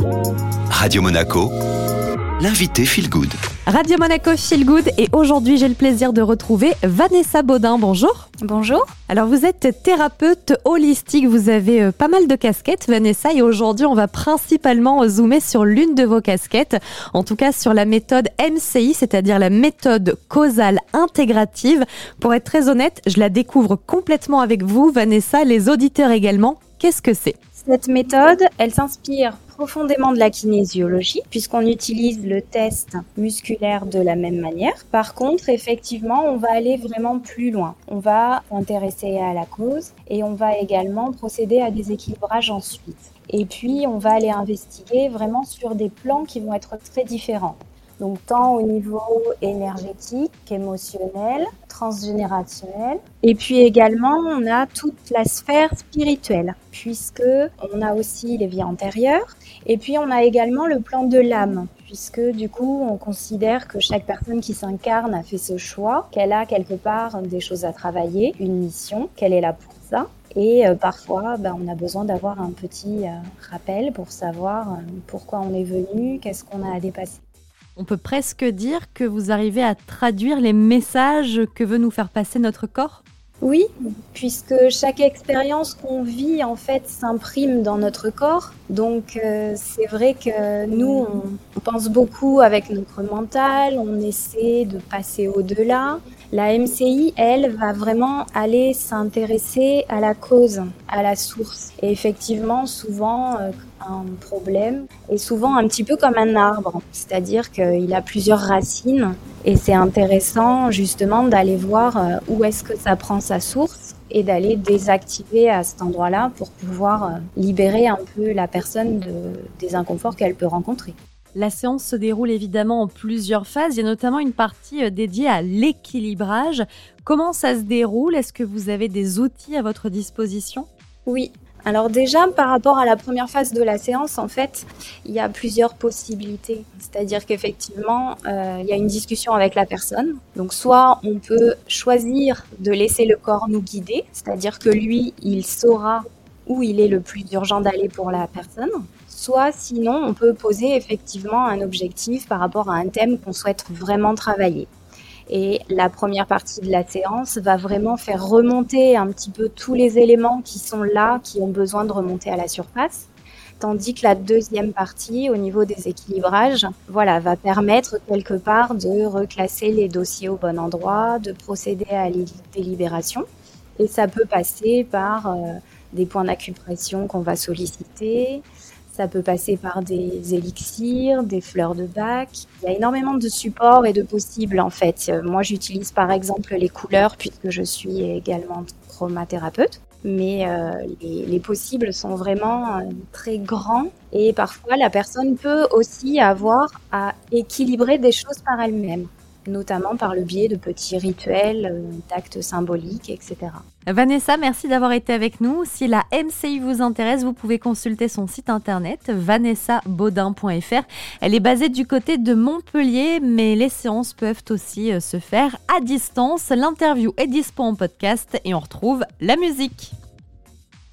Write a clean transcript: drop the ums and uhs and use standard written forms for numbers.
Radio Monaco, l'invité Feel Good. Radio Monaco Feel Good et aujourd'hui j'ai le plaisir de retrouver Vanessa Baudin. Bonjour. Bonjour. Alors vous êtes thérapeute holistique, vous avez pas mal de casquettes Vanessa et aujourd'hui on va principalement zoomer sur l'une de vos casquettes, en tout cas sur la méthode MCI, c'est-à-dire la méthode causale intégrative. Pour être très honnête, je la découvre complètement avec vous Vanessa, les auditeurs également. Qu'est-ce que c'est ? Cette méthode, elle s'inspire profondément de la kinésiologie, puisqu'on utilise le test musculaire de la même manière. Par contre, effectivement, on va aller vraiment plus loin. On va s'intéresser à la cause et on va également procéder à des équilibrages ensuite. Et puis, on va aller investiguer vraiment sur des plans qui vont être très différents. Donc, tant au niveau énergétique, émotionnel, transgénérationnel. Et puis également, on a toute la sphère spirituelle, puisque on a aussi les vies antérieures. Et puis, on a également le plan de l'âme, puisque du coup, on considère que chaque personne qui s'incarne a fait ce choix, qu'elle a quelque part des choses à travailler, une mission, qu'elle est là pour ça. Et parfois, on a besoin d'avoir un petit rappel pour savoir pourquoi on est venu, qu'est-ce qu'on a à dépasser. On peut presque dire que vous arrivez à traduire les messages que veut nous faire passer notre corps ? Oui, puisque chaque expérience qu'on vit, en fait, s'imprime dans notre corps. Donc, c'est vrai que nous, on pense beaucoup avec notre mental, on essaie de passer au-delà. La MCI, elle, va vraiment aller s'intéresser à la cause, à la source. Et effectivement, souvent, un problème est souvent un petit peu comme un arbre, c'est-à-dire qu'il a plusieurs racines et c'est intéressant justement d'aller voir où est-ce que ça prend sa source et d'aller désactiver à cet endroit-là pour pouvoir libérer un peu la personne des inconforts qu'elle peut rencontrer. La séance se déroule évidemment en plusieurs phases. Il y a notamment une partie dédiée à l'équilibrage. Comment ça se déroule ? Est-ce que vous avez des outils à votre disposition ? Oui. Alors déjà, par rapport à la première phase de la séance, en fait, il y a plusieurs possibilités. C'est-à-dire qu'effectivement, il y a une discussion avec la personne. Donc soit on peut choisir de laisser le corps nous guider, c'est-à-dire que lui, il saura où il est le plus urgent d'aller pour la personne. Soit sinon, on peut poser effectivement un objectif par rapport à un thème qu'on souhaite vraiment travailler. Et la première partie de la séance va vraiment faire remonter un petit peu tous les éléments qui sont là, qui ont besoin de remonter à la surface. Tandis que la deuxième partie, au niveau des équilibrages, va permettre quelque part de reclasser les dossiers au bon endroit, de procéder à des libérations. Et ça peut passer par des points d'acupression qu'on va solliciter. Ça peut passer par des élixirs, des fleurs de bac. Il y a énormément de supports et de possibles en fait. Moi, j'utilise par exemple les couleurs puisque je suis également chromathérapeute. Mais les possibles sont vraiment très grands et parfois la personne peut aussi avoir à équilibrer des choses par elle-même, notamment par le biais de petits rituels, d'actes symboliques, etc. Vanessa, merci d'avoir été avec nous. Si la MCI vous intéresse, vous pouvez consulter son site internet vanessabaudin.fr. Elle est basée du côté de Montpellier, mais les séances peuvent aussi se faire à distance. L'interview est dispo en podcast et on retrouve la musique.